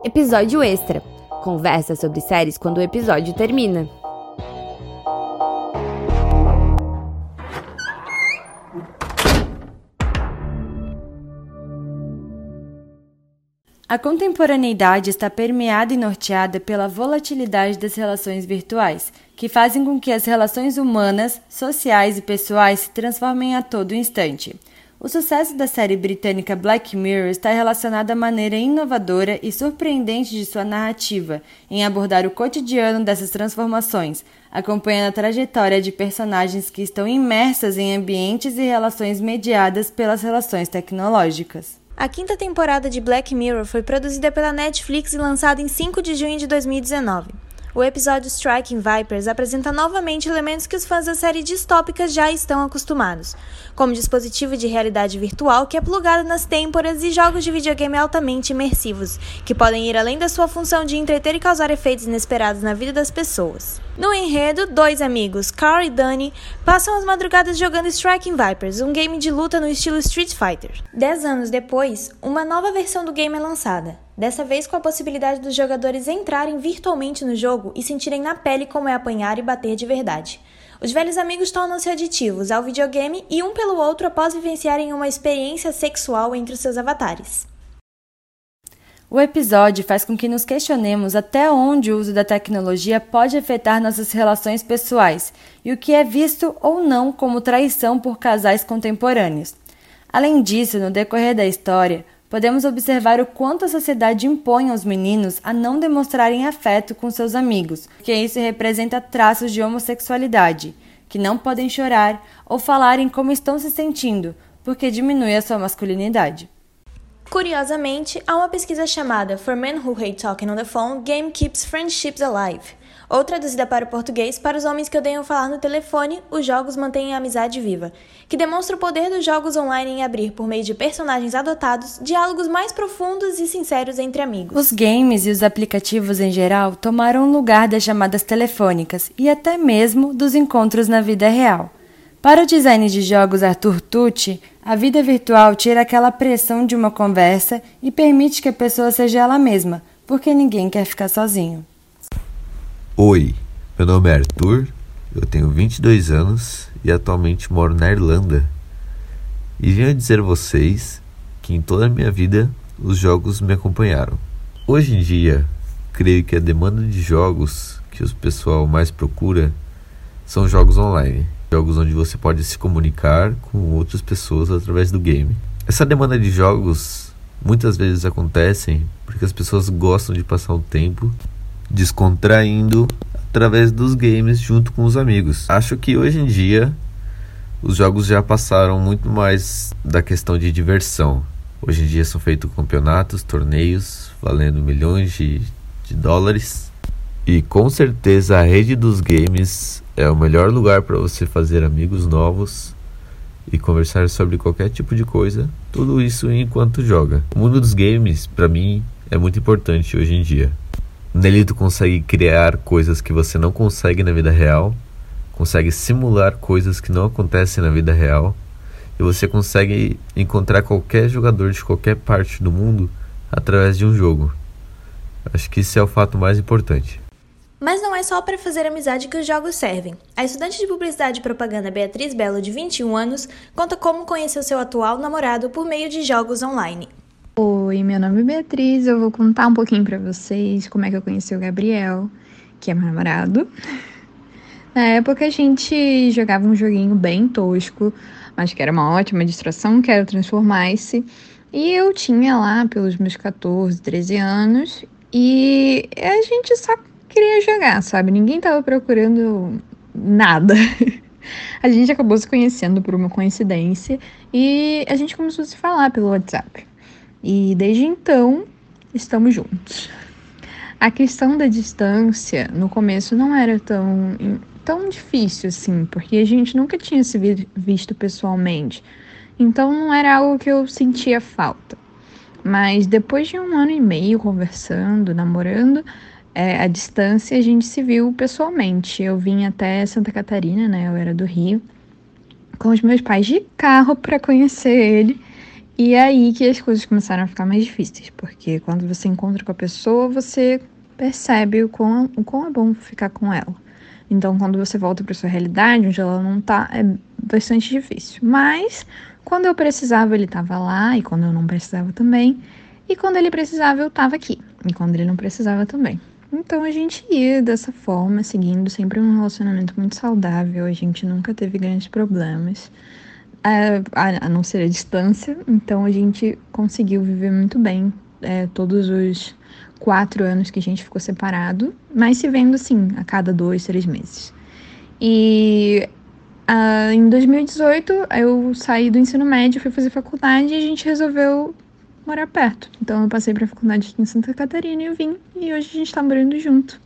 Episódio extra. Conversa sobre séries quando o episódio termina. A contemporaneidade está permeada e norteada pela volatilidade das relações virtuais, que fazem com que as relações humanas, sociais e pessoais se transformem a todo instante. O sucesso da série britânica Black Mirror está relacionado à maneira inovadora e surpreendente de sua narrativa em abordar o cotidiano dessas transformações, acompanhando a trajetória de personagens que estão imersas em ambientes e relações mediadas pelas relações tecnológicas. A quinta temporada de Black Mirror foi produzida pela Netflix e lançada em 5 de junho de 2019. O episódio Striking Vipers apresenta novamente elementos que os fãs da série distópica já estão acostumados, como dispositivo de realidade virtual que é plugado nas têmporas e jogos de videogame altamente imersivos, que podem ir além da sua função de entreter e causar efeitos inesperados na vida das pessoas. No enredo, dois amigos, Carl e Danny, passam as madrugadas jogando Striking Vipers, um game de luta no estilo Street Fighter. 10 anos depois, uma nova versão do game é lançada, dessa vez com a possibilidade dos jogadores entrarem virtualmente no jogo e sentirem na pele como é apanhar e bater de verdade. Os velhos amigos tornam-se aditivos ao videogame e um pelo outro após vivenciarem uma experiência sexual entre os seus avatares. O episódio faz com que nos questionemos até onde o uso da tecnologia pode afetar nossas relações pessoais e o que é visto ou não como traição por casais contemporâneos. Além disso, no decorrer da história, podemos observar o quanto a sociedade impõe aos meninos a não demonstrarem afeto com seus amigos, porque isso representa traços de homossexualidade, que não podem chorar ou falarem como estão se sentindo, porque diminui a sua masculinidade. Curiosamente, há uma pesquisa chamada For Men Who Hate Talking on the Phone, Game Keeps Friendships Alive, ou traduzida para o português, para os homens que odeiam falar no telefone, os jogos mantêm a amizade viva, que demonstra o poder dos jogos online em abrir, por meio de personagens adotados, diálogos mais profundos e sinceros entre amigos. Os games e os aplicativos em geral tomaram o lugar das chamadas telefônicas e até mesmo dos encontros na vida real. Para o design de jogos Arthur Tucci, a vida virtual tira aquela pressão de uma conversa e permite que a pessoa seja ela mesma, porque ninguém quer ficar sozinho. Oi, meu nome é Arthur, eu tenho 22 anos e atualmente moro na Irlanda. E venho dizer a vocês que em toda a minha vida os jogos me acompanharam. Hoje em dia, creio que a demanda de jogos que o pessoal mais procura são jogos online. Jogos onde você pode se comunicar com outras pessoas através do game. Essa demanda de jogos muitas vezes acontece porque as pessoas gostam de passar o tempo descontraindo através dos games junto com os amigos. Acho que hoje em dia os jogos já passaram muito mais da questão de diversão. Hoje em dia são feitos campeonatos, torneios valendo milhões de dólares. E com certeza a rede dos games é o melhor lugar para você fazer amigos novos e conversar sobre qualquer tipo de coisa, tudo isso enquanto joga. O mundo dos games, para mim, é muito importante hoje em dia. Nele tu consegue criar coisas que você não consegue na vida real, consegue simular coisas que não acontecem na vida real, e você consegue encontrar qualquer jogador de qualquer parte do mundo através de um jogo. Acho que esse é o fato mais importante. Mas não é só para fazer amizade que os jogos servem. A estudante de publicidade e propaganda Beatriz Belo, de 21 anos, conta como conheceu seu atual namorado por meio de jogos online. Oi, meu nome é Beatriz, eu vou contar um pouquinho pra vocês como é que eu conheci o Gabriel, que é meu namorado. Na época a gente jogava um joguinho bem tosco, mas que era uma ótima distração, que era o Transformice. E eu tinha lá pelos meus 14, 13 anos e a gente só queria jogar, sabe? Ninguém tava procurando nada. A gente acabou se conhecendo por uma coincidência e a gente começou a se falar pelo WhatsApp. E desde então, estamos juntos. A questão da distância, no começo, não era tão difícil assim, porque a gente nunca tinha se visto pessoalmente. Então, não era algo que eu sentia falta. Mas depois de 1 ano e meio conversando, namorando, à distância, a gente se viu pessoalmente. Eu vim até Santa Catarina, né? Eu era do Rio, com os meus pais de carro para conhecer ele. E é aí que as coisas começaram a ficar mais difíceis, porque quando você encontra com a pessoa, você percebe o quão é bom ficar com ela. Então, quando você volta para sua realidade, onde ela não tá, é bastante difícil. Mas, quando eu precisava, ele tava lá, e quando eu não precisava também. E quando ele precisava, eu tava aqui. E quando ele não precisava também. Então, a gente ia dessa forma, seguindo sempre um relacionamento muito saudável. A gente nunca teve grandes problemas, a não ser a distância. Então, a gente conseguiu viver muito bem todos os 4 anos que a gente ficou separado, mas se vendo assim, a cada 2, 3 meses. E em 2018 eu saí do ensino médio, fui fazer faculdade e a gente resolveu morar perto. Então eu passei pra faculdade aqui em Santa Catarina e eu vim, e hoje a gente tá morando junto.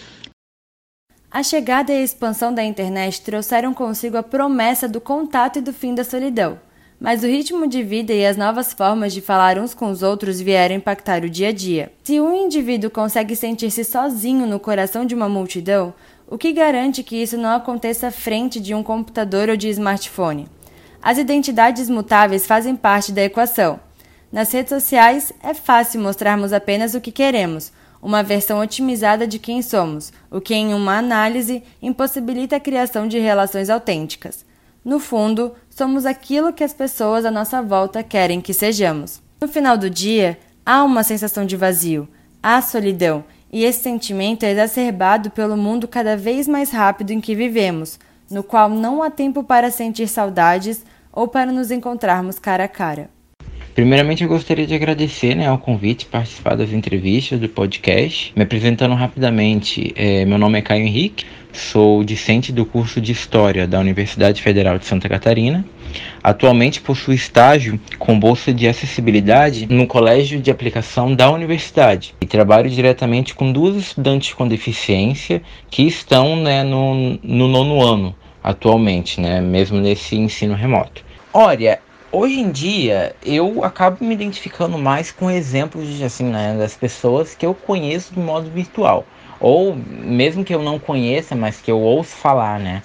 A chegada e a expansão da internet trouxeram consigo a promessa do contato e do fim da solidão. Mas o ritmo de vida e as novas formas de falar uns com os outros vieram impactar o dia a dia. Se um indivíduo consegue sentir-se sozinho no coração de uma multidão, o que garante que isso não aconteça à frente de um computador ou de smartphone? As identidades mutáveis fazem parte da equação. Nas redes sociais, é fácil mostrarmos apenas o que queremos, uma versão otimizada de quem somos, o que em uma análise impossibilita a criação de relações autênticas. No fundo, somos aquilo que as pessoas à nossa volta querem que sejamos. No final do dia, há uma sensação de vazio, há solidão, e esse sentimento é exacerbado pelo mundo cada vez mais rápido em que vivemos, no qual não há tempo para sentir saudades ou para nos encontrarmos cara a cara. Primeiramente, eu gostaria de agradecer ao convite de participar das entrevistas do podcast. Me apresentando rapidamente, meu nome é Caio Henrique, sou discente do curso de História da Universidade Federal de Santa Catarina. Atualmente possuo estágio com bolsa de acessibilidade no Colégio de Aplicação da Universidade e trabalho diretamente com 2 estudantes com deficiência que estão no 9º ano atualmente, mesmo nesse ensino remoto. Olha, hoje em dia, eu acabo me identificando mais com exemplos das pessoas que eu conheço de modo virtual. Ou mesmo que eu não conheça, mas que eu ouço falar,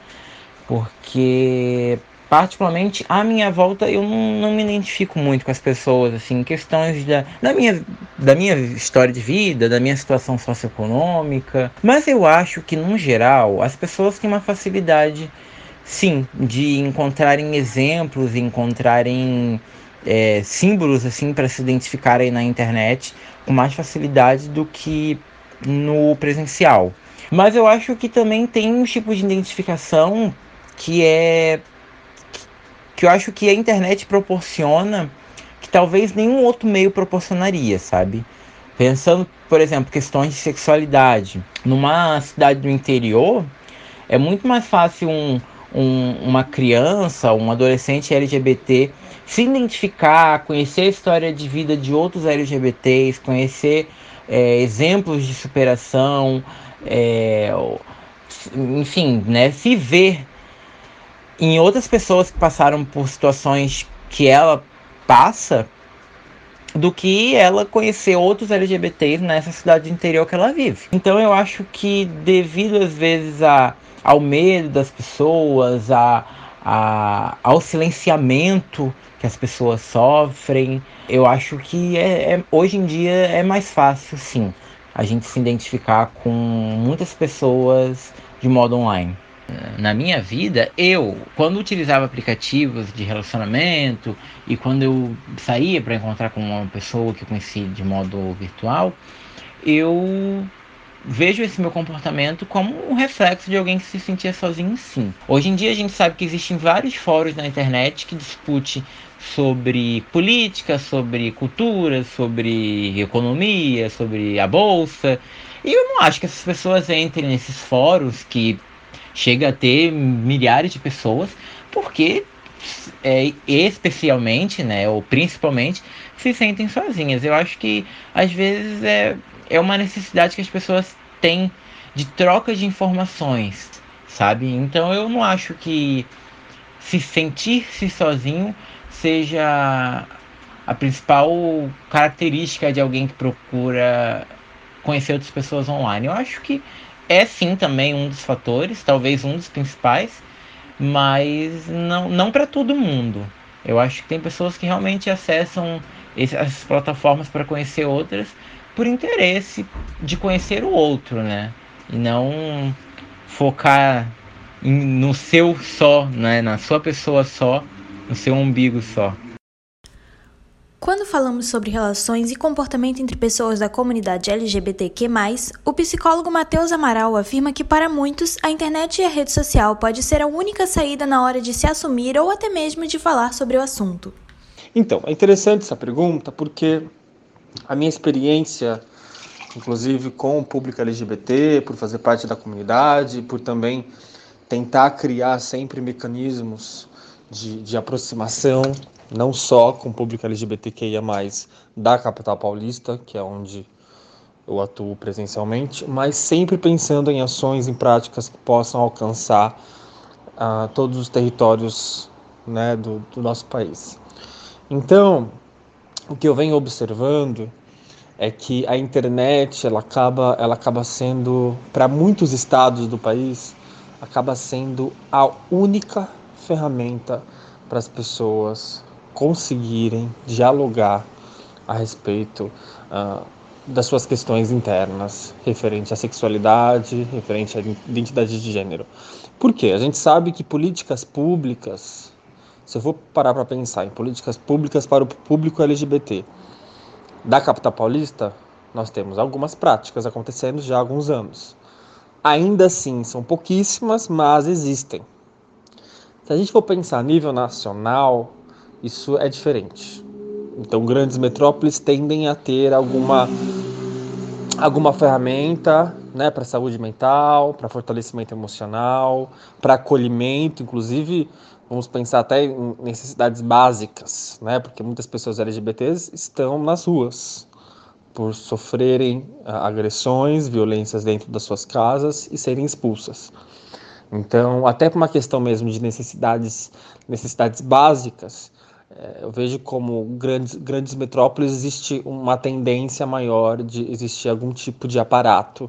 Porque, particularmente, à minha volta, eu não me identifico muito com as pessoas, em questões da minha história de vida, da minha situação socioeconômica. Mas eu acho que, no geral, as pessoas têm uma facilidade, sim, de encontrarem exemplos, encontrarem símbolos para se identificarem na internet com mais facilidade do que no presencial. Mas eu acho que também tem um tipo de identificação que eu acho que a internet proporciona, que talvez nenhum outro meio proporcionaria, sabe? Pensando, por exemplo, questões de sexualidade. Numa cidade do interior, é muito mais fácil uma criança, um adolescente LGBT se identificar, conhecer a história de vida de outros LGBTs, conhecer exemplos de superação, enfim, se ver em outras pessoas que passaram por situações que ela passa, do que ela conhecer outros LGBTs nessa cidade interior que ela vive. Então eu acho que, devido às vezes ao medo das pessoas, ao silenciamento que as pessoas sofrem, eu acho que hoje em dia é mais fácil, sim, a gente se identificar com muitas pessoas de modo online. Na minha vida, quando utilizava aplicativos de relacionamento e quando eu saía para encontrar com uma pessoa que eu conheci de modo virtual, eu vejo esse meu comportamento como um reflexo de alguém que se sentia sozinho, sim. Hoje em dia a gente sabe que existem vários fóruns na internet que discutem sobre política, sobre cultura, sobre economia, sobre a bolsa. E eu não acho que essas pessoas entrem nesses fóruns que chega a ter milhares de pessoas, porque especialmente, ou principalmente, se sentem sozinhas. Eu acho que às vezes é uma necessidade que as pessoas têm de troca de informações, sabe? Então eu não acho que se sentir-se sozinho seja a principal característica de alguém que procura conhecer outras pessoas online. Eu acho que é sim também um dos fatores, talvez um dos principais, mas não para todo mundo. Eu acho que tem pessoas que realmente acessam essas plataformas para conhecer outras por interesse de conhecer o outro, né? E não focar no seu só, né? Na sua pessoa só, no seu umbigo só. Quando falamos sobre relações e comportamento entre pessoas da comunidade LGBTQ+, o psicólogo Matheus Amaral afirma que para muitos, a internet e a rede social pode ser a única saída na hora de se assumir ou até mesmo de falar sobre o assunto. Então, é interessante essa pergunta porque a minha experiência, inclusive com o público LGBT, por fazer parte da comunidade, por também tentar criar sempre mecanismos de aproximação, não só com o público LGBTQIA+, da capital paulista, que é onde eu atuo presencialmente, mas sempre pensando em ações, em práticas que possam alcançar todos os territórios, né, do nosso país. Então, o que eu venho observando é que a internet ela acaba sendo, para muitos estados do país, acaba sendo a única ferramenta para as pessoas conseguirem dialogar a respeito das suas questões internas, referente à sexualidade, referente à identidade de gênero. Por quê? A gente sabe que políticas públicas, se eu for parar para pensar em políticas públicas para o público LGBT da capital paulista, nós temos algumas práticas acontecendo já há alguns anos. Ainda assim, são pouquíssimas, mas existem. Se a gente for pensar a nível nacional, isso é diferente. Então, grandes metrópoles tendem a ter alguma ferramenta, né, para saúde mental, para fortalecimento emocional, para acolhimento, inclusive, vamos pensar até em necessidades básicas, né, porque muitas pessoas LGBTs estão nas ruas por sofrerem agressões, violências dentro das suas casas e serem expulsas. Então, até por uma questão mesmo de necessidades básicas, eu vejo como grandes metrópoles existe uma tendência maior de existir algum tipo de aparato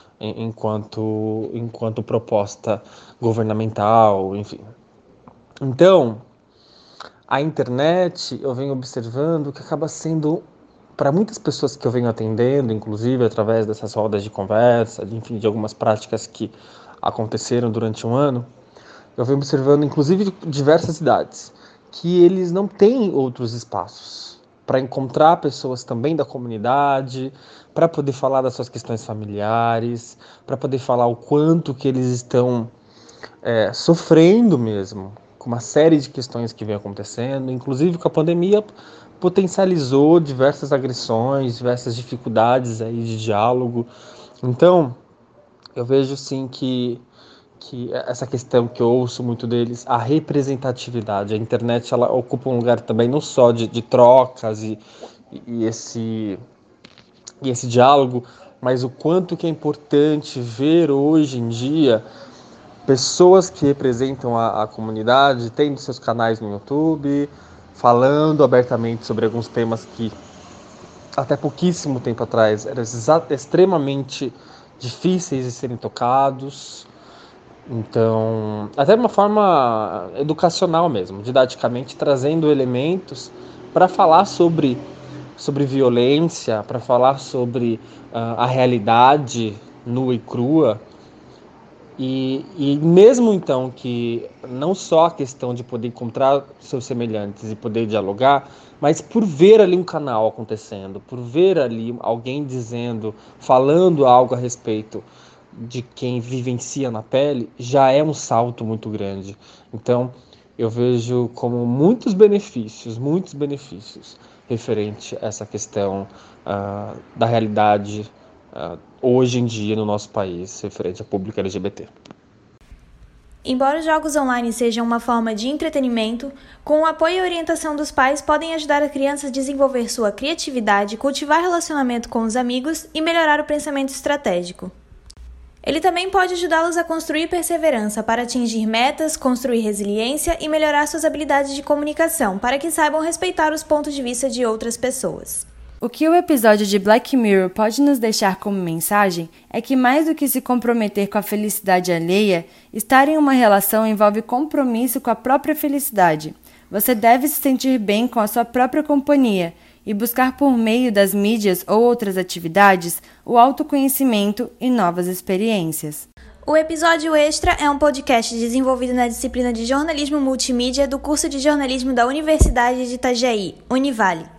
enquanto proposta governamental, enfim. Então, a internet eu venho observando que acaba sendo, para muitas pessoas que eu venho atendendo, inclusive através dessas rodas de conversa, enfim, de algumas práticas que aconteceram durante um ano, eu venho observando, inclusive de diversas idades, que eles não têm outros espaços para encontrar pessoas também da comunidade, para poder falar das suas questões familiares, para poder falar o quanto que eles estão sofrendo mesmo com uma série de questões que vem acontecendo, inclusive com a pandemia potencializou diversas agressões, diversas dificuldades aí de diálogo. Então, eu vejo sim que essa questão que eu ouço muito deles, a representatividade, a internet ela ocupa um lugar também não só de trocas e esse diálogo, mas o quanto que é importante ver hoje em dia pessoas que representam a comunidade, tendo seus canais no YouTube, falando abertamente sobre alguns temas que até pouquíssimo tempo atrás eram extremamente difíceis de serem tocados. Então, até de uma forma educacional mesmo, didaticamente, trazendo elementos para falar sobre violência, para falar sobre a realidade nua e crua. E mesmo então que não só a questão de poder encontrar seus semelhantes e poder dialogar, mas por ver ali um canal acontecendo, por ver ali alguém dizendo, falando algo a respeito de quem vivencia na pele, já é um salto muito grande. Então, eu vejo como muitos benefícios referente a essa questão da realidade hoje em dia no nosso país, referente ao público LGBT. Embora os jogos online sejam uma forma de entretenimento, com o apoio e orientação dos pais podem ajudar a criança a desenvolver sua criatividade, cultivar relacionamento com os amigos e melhorar o pensamento estratégico. Ele também pode ajudá-los a construir perseverança para atingir metas, construir resiliência e melhorar suas habilidades de comunicação, para que saibam respeitar os pontos de vista de outras pessoas. O que o episódio de Black Mirror pode nos deixar como mensagem é que mais do que se comprometer com a felicidade alheia, estar em uma relação envolve compromisso com a própria felicidade. você deve se sentir bem com a sua própria companhia e buscar por meio das mídias ou outras atividades o autoconhecimento e novas experiências. O episódio extra é um podcast desenvolvido na disciplina de jornalismo multimídia do curso de jornalismo da Universidade de Itajaí, Univale.